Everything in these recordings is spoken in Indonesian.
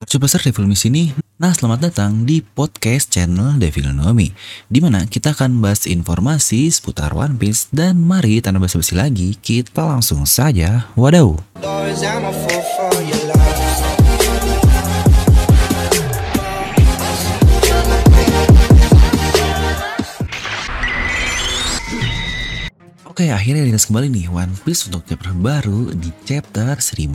Coba search Devil Me sini. Nah, selamat datang di podcast channel Devil Know Me, di mana kita akan bahas informasi seputar One Piece. Dan mari tanpa basa-basi lagi, kita langsung saja wadaw. Oke, akhirnya dirilis kembali nih One Piece untuk chapter baru di chapter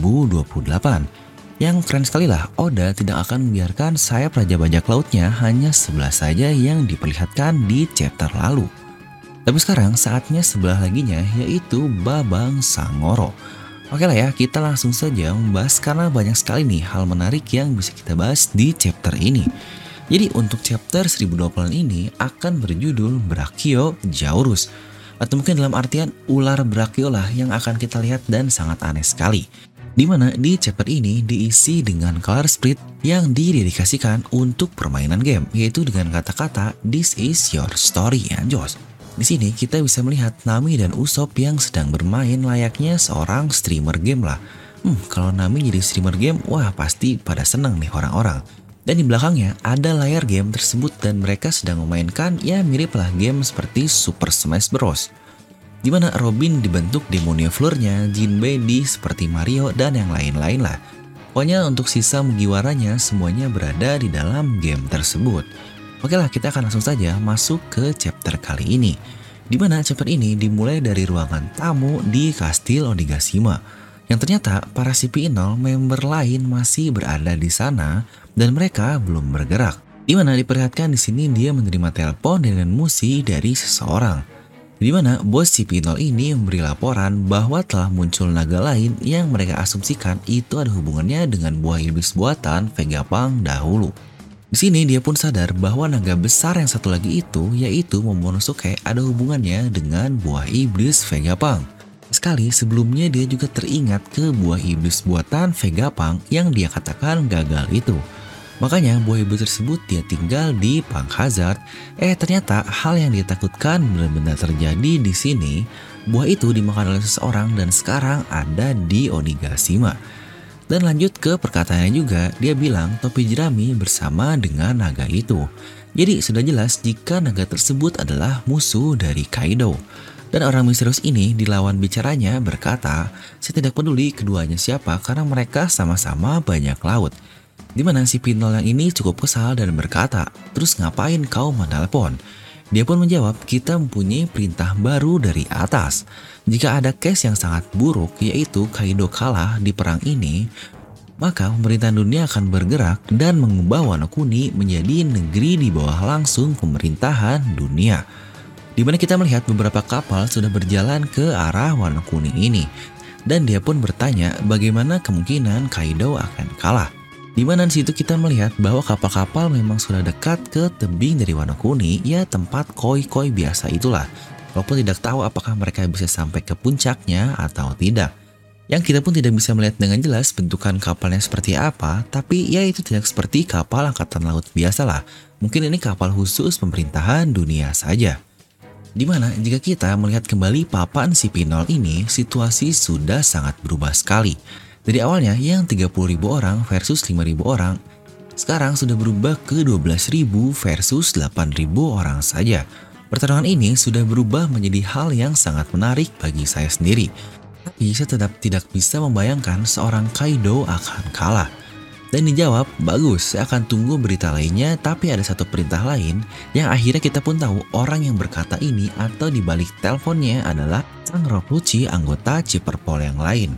1028. Yang keren sekali lah, Oda tidak akan membiarkan sayap Raja Bajak Lautnya hanya 11 saja yang diperlihatkan di chapter lalu. Tapi sekarang saatnya sebelah laginya, yaitu Babang Sangoro. Oke lah ya, kita langsung saja membahas karena banyak sekali nih hal menarik yang bisa kita bahas di chapter ini. Jadi untuk chapter 1028 ini akan berjudul Brachiosaurus, atau mungkin dalam artian ular Brachio lah yang akan kita lihat dan sangat aneh sekali. Dimana di chapter ini diisi dengan color split yang didedikasikan untuk permainan game, yaitu dengan kata-kata "This is your story" anjos. Di sini kita bisa melihat Nami dan Usopp yang sedang bermain layaknya seorang streamer game lah. Kalau Nami jadi streamer game, wah pasti pada seneng nih orang-orang. Dan di belakangnya ada layar game tersebut dan mereka sedang memainkan ya mirip lah game seperti Super Smash Bros. Di mana Robin dibentuk demonio floor-nya, Jinbei di seperti Mario dan yang lain-lain lah. Pokoknya untuk sisa Mugiwaranya semuanya berada di dalam game tersebut. Oke lah, kita akan langsung saja masuk ke chapter kali ini. Di mana chapter ini dimulai dari ruangan tamu di Kastil Onigashima. Yang ternyata para CP0 member lain masih berada di sana dan mereka belum bergerak. Di mana diperlihatkan di sini dia menerima telepon dengan musi dari seseorang. Di mana bos CP0 ini memberi laporan bahwa telah muncul naga lain yang mereka asumsikan itu ada hubungannya dengan buah iblis buatan Vegapunk dahulu. Di sini dia pun sadar bahwa naga besar yang satu lagi itu yaitu Momonosuke ada hubungannya dengan buah iblis Vegapunk. Sekali sebelumnya dia juga teringat ke buah iblis buatan Vegapunk yang dia katakan gagal itu. Makanya buah iblis tersebut dia tinggal di Punk Hazard. Ternyata hal yang dia takutkan benar-benar terjadi di sini. Buah itu dimakan oleh seseorang dan sekarang ada di Onigashima. Dan lanjut ke perkataannya juga, dia bilang topi jerami bersama dengan naga itu. Jadi sudah jelas jika naga tersebut adalah musuh dari Kaido. Dan orang misterius ini di lawan bicaranya berkata, saya tidak peduli keduanya siapa karena mereka sama-sama banyak laut. Dimana si Pinol yang ini cukup kesal dan berkata, terus ngapain kau menelpon? Dia pun menjawab, kita mempunyai perintah baru dari atas. Jika ada case yang sangat buruk yaitu Kaido kalah di perang ini, maka pemerintahan dunia akan bergerak dan mengubah Wano Kuni menjadi negeri di bawah langsung pemerintahan dunia. Dimana kita melihat beberapa kapal sudah berjalan ke arah Wano Kuni ini. Dan dia pun bertanya bagaimana kemungkinan Kaido akan kalah. Di mana di situ kita melihat bahwa kapal-kapal memang sudah dekat ke tebing dari Wano Kuni, ya tempat koi-koi biasa itulah. Walaupun tidak tahu apakah mereka bisa sampai ke puncaknya atau tidak. Yang kita pun tidak bisa melihat dengan jelas bentukan kapalnya seperti apa, tapi ya itu tidak seperti kapal angkatan laut biasa lah. Mungkin ini kapal khusus pemerintahan dunia saja. Dimana jika kita melihat kembali papan si Pinol ini, situasi sudah sangat berubah sekali. Dari awalnya yang 30.000 orang versus 5.000 orang, sekarang sudah berubah ke 12.000 versus 8.000 orang saja. Pertarungan ini sudah berubah menjadi hal yang sangat menarik bagi saya sendiri. Tapi saya tetap tidak bisa membayangkan seorang Kaido akan kalah. Dan dijawab, bagus, saya akan tunggu berita lainnya, tapi ada satu perintah lain yang akhirnya kita pun tahu orang yang berkata ini atau dibalik teleponnya adalah sang Rob Lucci anggota Chipperpol yang lain.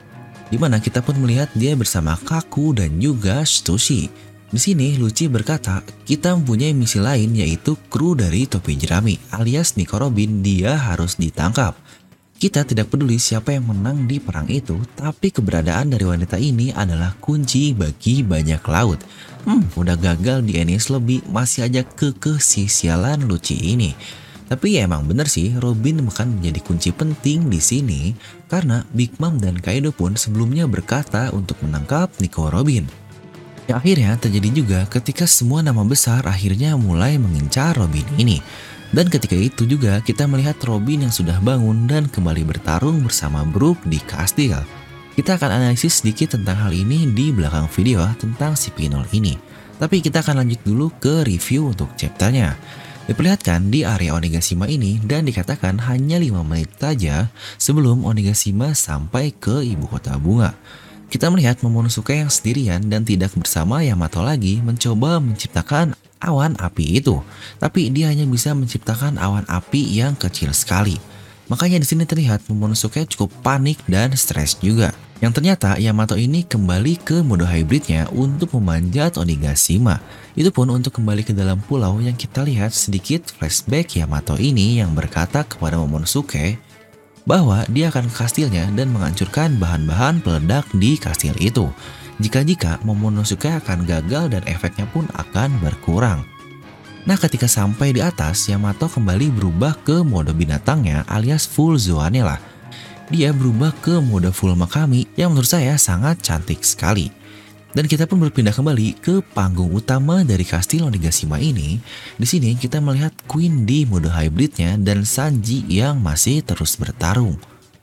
Dimana kita pun melihat dia bersama Kaku dan juga Stussy. Di sini Lucci berkata, kita mempunyai misi lain yaitu kru dari topi jerami alias Nico Robin, dia harus ditangkap. Kita tidak peduli siapa yang menang di perang itu, tapi keberadaan dari wanita ini adalah kunci bagi banyak laut. Udah gagal di Enies Lobby, masih aja kekeh si sialan Lucci ini. Tapi ya emang bener sih, Robin akan menjadi kunci penting di sini karena Big Mom dan Kaido pun sebelumnya berkata untuk menangkap Nico Robin. Yang akhirnya terjadi juga ketika semua nama besar akhirnya mulai mengincar Robin ini. Dan ketika itu juga kita melihat Robin yang sudah bangun dan kembali bertarung bersama Brook di kastil. Kita akan analisis sedikit tentang hal ini di belakang video tentang si Pinol ini. Tapi kita akan lanjut dulu ke review untuk chapternya. Diperlihatkan di area Onigashima ini dan dikatakan hanya 5 menit saja sebelum Onigashima sampai ke ibu kota bunga. Kita melihat Momonosuke yang sendirian dan tidak bersama Yamato lagi mencoba menciptakan awan api itu. Tapi dia hanya bisa menciptakan awan api yang kecil sekali. Makanya di sini terlihat Momonosuke cukup panik dan stres juga. Yang ternyata Yamato ini kembali ke mode hybridnya untuk memanjat Onigashima. Itu pun untuk kembali ke dalam pulau yang kita lihat sedikit flashback Yamato ini yang berkata kepada Momonosuke bahwa dia akan ke kastilnya dan menghancurkan bahan-bahan peledak di kastil itu. Jika Momonosuke akan gagal dan efeknya pun akan berkurang. Nah, ketika sampai di atas, Yamato kembali berubah ke mode binatangnya alias full Zoan-nya lah. Dia berubah ke mode full Makami yang menurut saya sangat cantik sekali. Dan kita pun berpindah kembali ke panggung utama dari kastil Onigashima ini. Di sini kita melihat Queen di mode hybridnya dan Sanji yang masih terus bertarung.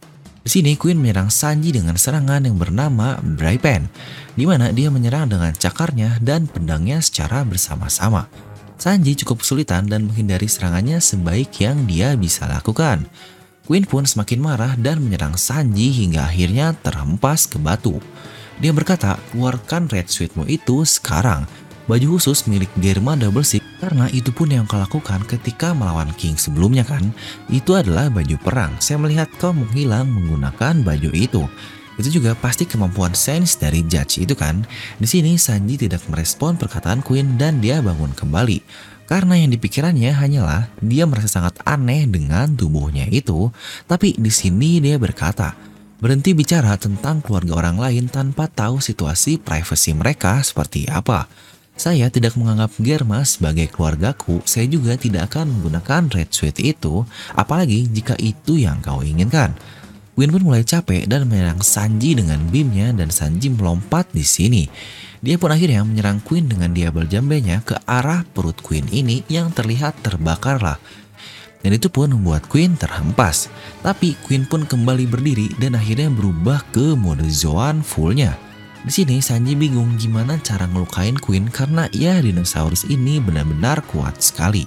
Di sini Queen menyerang Sanji dengan serangan yang bernama Braipen, di mana dia menyerang dengan cakarnya dan pedangnya secara bersama-sama. Sanji cukup kesulitan dan menghindari serangannya sebaik yang dia bisa lakukan. Queen pun semakin marah dan menyerang Sanji hingga akhirnya terhempas ke batu. Dia berkata, keluarkan red suitmu itu sekarang. Baju khusus milik Germa Double Six, karena itu pun yang kau lakukan ketika melawan King sebelumnya kan. Itu adalah baju perang. Saya melihat kau menghilang menggunakan baju itu. Itu juga pasti kemampuan sains dari Judge itu kan. Di sini Sanji tidak merespon perkataan Queen dan dia bangun kembali. Karena yang dipikirannya hanyalah dia merasa sangat aneh dengan tubuhnya itu. Tapi di sini dia berkata, berhenti bicara tentang keluarga orang lain tanpa tahu situasi privasi mereka seperti apa. Saya tidak menganggap Germa sebagai keluargaku, saya juga tidak akan menggunakan red suit itu, apalagi jika itu yang kau inginkan. Queen pun mulai capek dan menyerang Sanji dengan beamnya dan Sanji melompat di sini. Dia pun akhirnya menyerang Queen dengan Diablo Jambenya ke arah perut Queen ini yang terlihat terbakar lah. Dan itu pun membuat Queen terhempas. Tapi Queen pun kembali berdiri dan akhirnya berubah ke mode Zoan fullnya. Di sini Sanji bingung gimana cara ngelukain Queen karena ya dinosaurus ini benar-benar kuat sekali.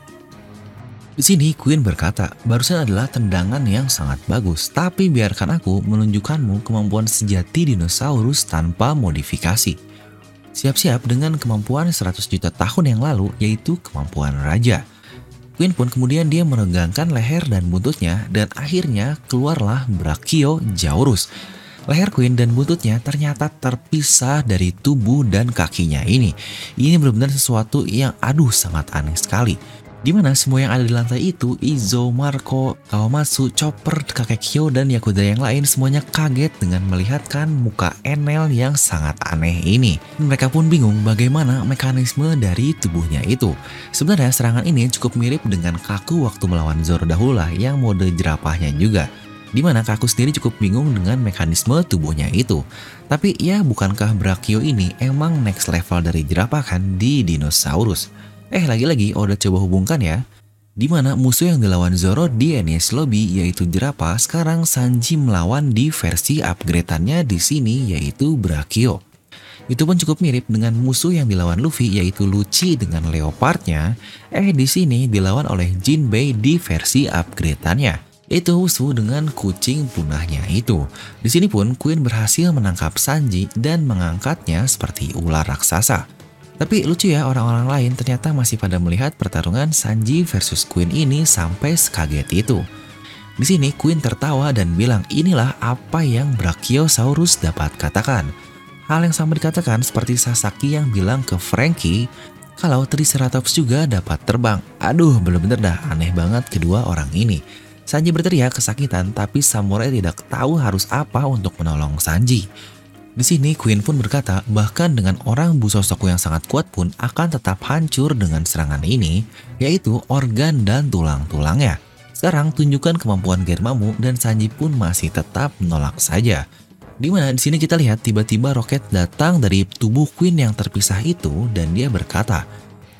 Di sini Queen berkata, barusan adalah tendangan yang sangat bagus, tapi biarkan aku menunjukkanmu kemampuan sejati dinosaurus tanpa modifikasi. Siap-siap dengan kemampuan 100 juta tahun yang lalu, yaitu kemampuan raja. Queen pun kemudian dia meregangkan leher dan buntutnya dan akhirnya keluarlah Brachiosaurus. Leher Queen dan buntutnya ternyata terpisah dari tubuh dan kakinya ini. Ini benar-benar sesuatu yang sangat aneh sekali. Dimana semua yang ada di lantai itu, Izo, Marco, Kawamatsu, Chopper, Kakekyo, dan Yakuza yang lain semuanya kaget dengan melihatkan muka Enel yang sangat aneh ini. Mereka pun bingung bagaimana mekanisme dari tubuhnya itu. Sebenarnya serangan ini cukup mirip dengan Kaku waktu melawan Zoro dahulu lah yang mode jerapahnya juga. Dimana Kaku sendiri cukup bingung dengan mekanisme tubuhnya itu. Tapi ya bukankah Brachio ini emang next level dari jerapah kan di dinosaurus? Lagi-lagi Oda coba hubungkan ya. Dimana musuh yang dilawan Zoro di NES Lobby yaitu jerapah, sekarang Sanji melawan di versi upgrade-annya di sini yaitu Brachio. Itu pun cukup mirip dengan musuh yang dilawan Luffy yaitu Lucci dengan leopardnya. Di sini dilawan oleh Jinbei di versi upgrade-annya, yaitu Usu dengan kucing punahnya itu. Di sini pun Queen berhasil menangkap Sanji dan mengangkatnya seperti ular raksasa. Tapi lucu ya, orang-orang lain ternyata masih pada melihat pertarungan Sanji versus Queen ini sampai sekaget itu. Di sini Queen tertawa dan bilang inilah apa yang Brachiosaurus dapat katakan. Hal yang sama dikatakan seperti Sasaki yang bilang ke Franky kalau Triceratops juga dapat terbang. Bener-bener dah aneh banget kedua orang ini. Sanji berteriak kesakitan tapi samurai tidak tahu harus apa untuk menolong Sanji. Di sini Queen pun berkata bahkan dengan orang Busosoku yang sangat kuat pun akan tetap hancur dengan serangan ini, yaitu organ dan tulang-tulangnya. Sekarang tunjukkan kemampuan Germamu dan Sanji pun masih tetap menolak saja. Dimana di sini kita lihat tiba-tiba roket datang dari tubuh Queen yang terpisah itu dan dia berkata,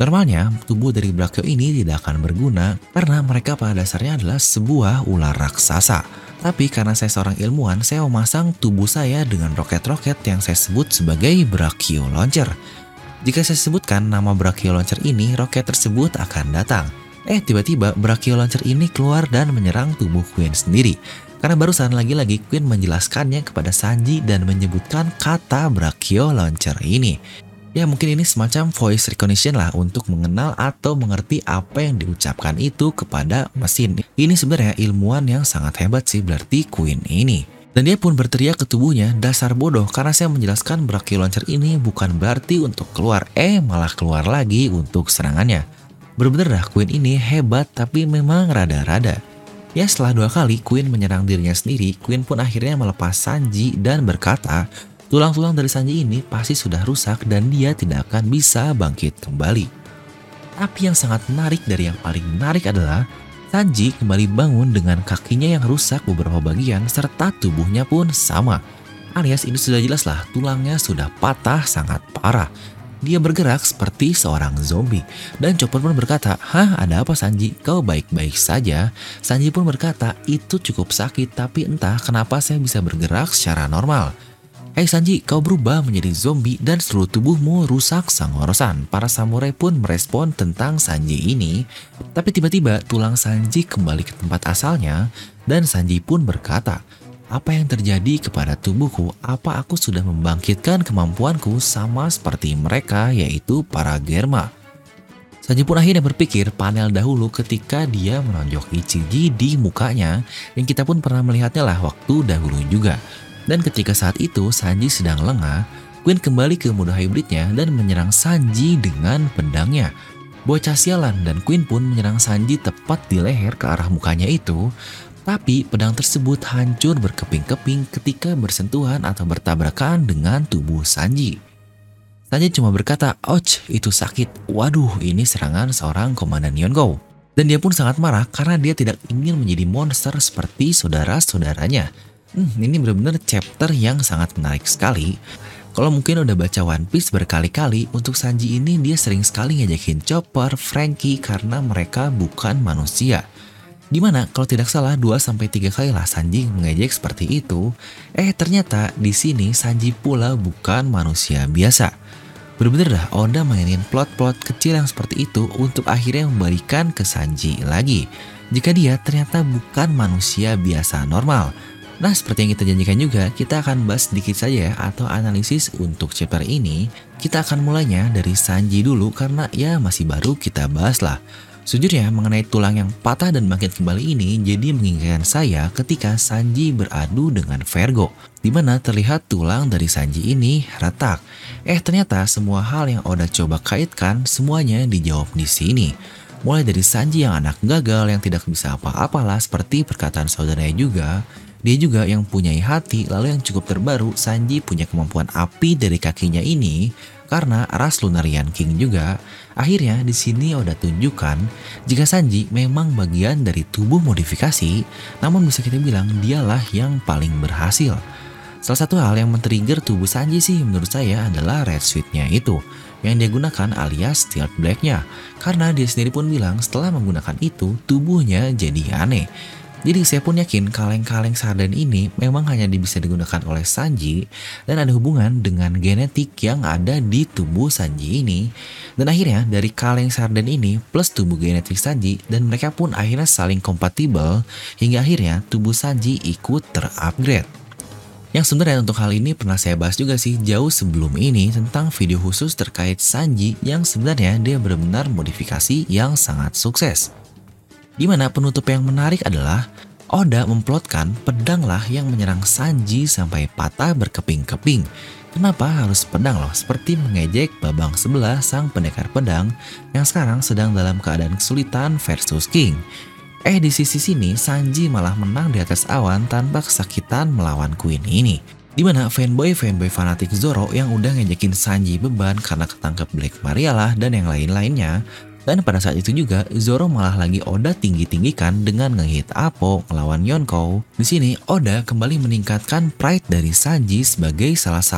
Normalnya, tubuh dari Brachio ini tidak akan berguna karena mereka pada dasarnya adalah sebuah ular raksasa. Tapi karena saya seorang ilmuwan, saya memasang tubuh saya dengan roket-roket yang saya sebut sebagai Brachio Launcher. Jika saya sebutkan nama Brachio Launcher ini, roket tersebut akan datang. Tiba-tiba Brachio Launcher ini keluar dan menyerang tubuh Queen sendiri. Karena barusan lagi-lagi Queen menjelaskannya kepada Sanji dan menyebutkan kata Brachio Launcher ini. Ya mungkin ini semacam voice recognition lah untuk mengenal atau mengerti apa yang diucapkan itu kepada mesin. Ini sebenarnya ilmuwan yang sangat hebat sih berarti Queen ini. Dan dia pun berteriak ke tubuhnya, dasar bodoh karena saya menjelaskan Brachio Launcher ini bukan berarti untuk keluar, malah keluar lagi untuk serangannya. Bener-bener dah Queen ini hebat tapi memang rada-rada. Ya setelah 2 kali Queen menyerang dirinya sendiri, Queen pun akhirnya melepas Sanji dan berkata, tulang-tulang dari Sanji ini pasti sudah rusak dan dia tidak akan bisa bangkit kembali. Tapi yang sangat menarik dari yang paling menarik adalah Sanji kembali bangun dengan kakinya yang rusak beberapa bagian serta tubuhnya pun sama. Alias ini sudah jelas lah tulangnya sudah patah sangat parah. Dia bergerak seperti seorang zombie. Dan Chopper pun berkata, "Hah, ada apa Sanji? Kau baik-baik saja?" Sanji pun berkata, "Itu cukup sakit tapi entah kenapa saya bisa bergerak secara normal." "Hei Sanji, kau berubah menjadi zombie dan seluruh tubuhmu rusak sangorosan." Para samurai pun merespon tentang Sanji ini. Tapi tiba-tiba tulang Sanji kembali ke tempat asalnya dan Sanji pun berkata, "Apa yang terjadi kepada tubuhku? Apa aku sudah membangkitkan kemampuanku sama seperti mereka yaitu para Germa?" Sanji pun akhirnya berpikir panel dahulu ketika dia menonjok Ichiji di mukanya yang kita pun pernah melihatnya lah waktu dahulu juga. Dan ketika saat itu Sanji sedang lengah, Queen kembali ke mode hybridnya dan menyerang Sanji dengan pedangnya. Bocah sialan dan Queen pun menyerang Sanji tepat di leher ke arah mukanya itu. Tapi pedang tersebut hancur berkeping-keping ketika bersentuhan atau bertabrakan dengan tubuh Sanji. Sanji cuma berkata, "Ouch, itu sakit. Waduh, ini serangan seorang komandan Yonkou." Dan dia pun sangat marah karena dia tidak ingin menjadi monster seperti saudara-saudaranya. Ini benar-benar chapter yang sangat menarik sekali. Kalau mungkin udah baca One Piece berkali-kali, untuk Sanji ini dia sering sekali ngejekin Chopper, Franky karena mereka bukan manusia. Dimana kalau tidak salah 2-3 kali lah Sanji mengejek seperti itu. Ternyata di sini Sanji pula bukan manusia biasa. Bener-bener dah Oda mainin plot-plot kecil yang seperti itu untuk akhirnya membalikan ke Sanji lagi. Jika dia ternyata bukan manusia biasa normal. Nah seperti yang kita janjikan juga, kita akan bahas sedikit saja atau analisis untuk chapter ini. Kita akan mulainya dari Sanji dulu karena ya masih baru kita bahas lah. Sejujurnya mengenai tulang yang patah dan bangkit kembali ini jadi mengingatkan saya ketika Sanji beradu dengan Vergo, di mana terlihat tulang dari Sanji ini retak. Ternyata semua hal yang Oda coba kaitkan semuanya dijawab di sini. Mulai dari Sanji yang anak gagal yang tidak bisa apa-apalah seperti perkataan saudaranya juga. Dia juga yang punya hati, lalu yang cukup terbaru Sanji punya kemampuan api dari kakinya ini karena ras Lunarian King juga. Akhirnya di sini Oda tunjukkan jika Sanji memang bagian dari tubuh modifikasi, namun bisa kita bilang dialah yang paling berhasil. Salah satu hal yang men-trigger tubuh Sanji sih menurut saya adalah Red Suit-nya itu yang dia gunakan alias Stealth Black-nya, karena dia sendiri pun bilang setelah menggunakan itu tubuhnya jadi aneh. Jadi saya pun yakin kaleng-kaleng sarden ini memang hanya bisa digunakan oleh Sanji dan ada hubungan dengan genetik yang ada di tubuh Sanji ini. Dan akhirnya dari kaleng sarden ini plus tubuh genetik Sanji dan mereka pun akhirnya saling kompatibel hingga akhirnya tubuh Sanji ikut terupgrade. Yang sebenarnya untuk hal ini pernah saya bahas juga sih jauh sebelum ini tentang video khusus terkait Sanji yang sebenarnya dia benar-benar modifikasi yang sangat sukses. Dimana penutup yang menarik adalah Oda memplotkan pedanglah yang menyerang Sanji sampai patah berkeping-keping. Kenapa harus pedang loh? Seperti mengejek babang sebelah sang pendekar pedang yang sekarang sedang dalam keadaan kesulitan versus King. Di sisi sini Sanji malah menang di atas awan tanpa kesakitan melawan Queen ini. Dimana fanboy fanatik Zoro yang udah ngejekin Sanji beban karena ketangkep Black Maria lah dan yang lain-lainnya. Dan pada saat itu juga Zoro malah lagi Oda tinggi-tinggikan dengan ngehit Apo melawan Yonkou. Di sini Oda kembali meningkatkan pride dari Sanji sebagai salah satu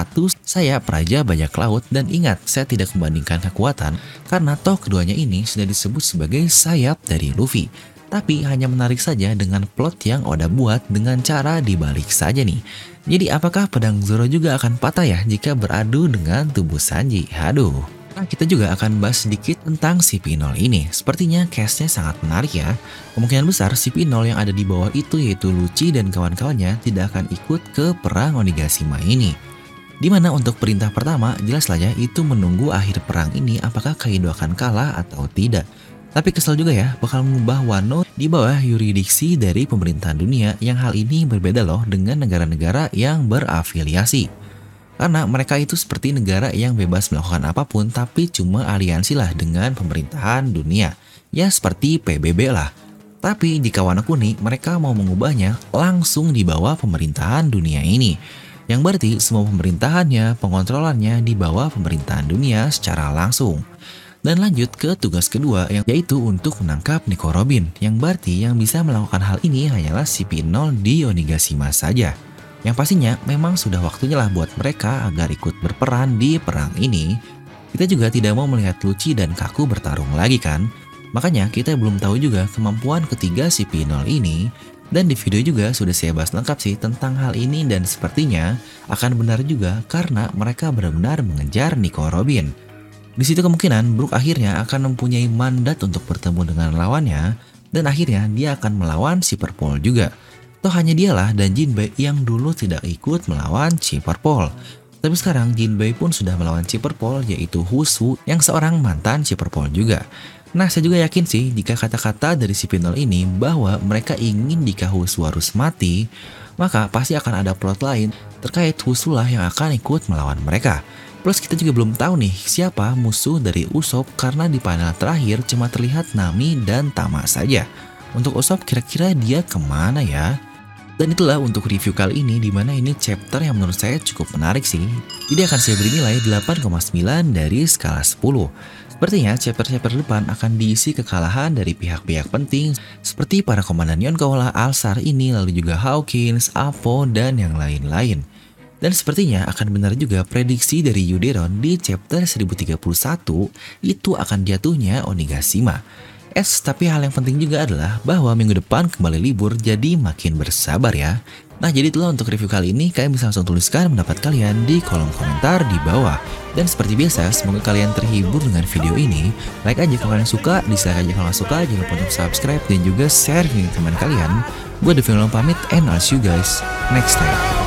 Sayap Raja Bajak Laut, dan ingat, saya tidak membandingkan kekuatan karena toh keduanya ini sudah disebut sebagai sayap dari Luffy. Tapi hanya menarik saja dengan plot yang Oda buat dengan cara dibalik saja nih. Jadi apakah pedang Zoro juga akan patah ya jika beradu dengan tubuh Sanji? Aduh. Nah, kita juga akan bahas sedikit tentang si Pinol ini. Sepertinya case-nya sangat menarik ya. Kemungkinan besar si Pinol yang ada di bawah itu yaitu Lucci dan kawan-kawannya tidak akan ikut ke perang Onigashima ini. Dimana untuk perintah pertama jelas saja itu menunggu akhir perang ini apakah Kaido akan kalah atau tidak. Tapi kesel juga ya bakal mengubah Wano di bawah yuridiksi dari pemerintahan dunia yang hal ini berbeda loh dengan negara-negara yang berafiliasi. Karena mereka itu seperti negara yang bebas melakukan apapun tapi cuma aliansi lah dengan pemerintahan dunia. Ya seperti PBB lah. Tapi di Wano Kuni mereka mau mengubahnya langsung di bawah pemerintahan dunia ini. Yang berarti semua pemerintahannya, pengontrolannya di bawah pemerintahan dunia secara langsung. Dan lanjut ke tugas kedua yaitu untuk menangkap Nico Robin. Yang berarti yang bisa melakukan hal ini hanyalah si Pinol di Onigashima saja. Yang pastinya memang sudah waktunya lah buat mereka agar ikut berperan di perang ini. Kita juga tidak mau melihat Lucci dan Kaku bertarung lagi kan. Makanya kita belum tahu juga kemampuan ketiga si Pinol ini. Dan di video juga sudah saya bahas lengkap sih tentang hal ini dan sepertinya akan benar juga karena mereka benar-benar mengejar Nico Robin. Di situ kemungkinan Brook akhirnya akan mempunyai mandat untuk bertemu dengan lawannya dan akhirnya dia akan melawan si Purple juga. Toh hanya dialah dan Jinbei yang dulu tidak ikut melawan si Purple. Tapi sekarang Jinbei pun sudah melawan si Purple yaitu Husu yang seorang mantan si Purple juga. Nah saya juga yakin sih jika kata-kata dari si Pinol ini bahwa mereka ingin jika Husu harus mati, maka pasti akan ada plot lain terkait Husu lah yang akan ikut melawan mereka. Plus kita juga belum tahu nih siapa musuh dari Usopp karena di panel terakhir cuma terlihat Nami dan Tama saja. Untuk Usopp kira-kira dia kemana ya? Dan itulah untuk review kali ini dimana ini chapter yang menurut saya cukup menarik sih. Jadi akan saya beri nilai 8,9 dari skala 10. Sepertinya chapter-chapter depan akan diisi kekalahan dari pihak-pihak penting seperti para komandan Yonkou lah, Alsar ini, lalu juga Hawkins, Apo, dan yang lain-lain. Dan sepertinya akan benar juga prediksi dari Yuderon di chapter 1031 itu akan jatuhnya Onigashima. Tapi hal yang penting juga adalah bahwa minggu depan kembali libur jadi makin bersabar ya. Nah jadi itulah untuk review kali ini, kalian bisa langsung tuliskan pendapat kalian di kolom komentar di bawah. Dan seperti biasa semoga kalian terhibur dengan video ini. Like aja kalau kalian suka, dislike aja kalau nggak suka, jangan lupa untuk subscribe dan juga share ke teman kalian. Gue Devin pamit and I'll see you guys next time.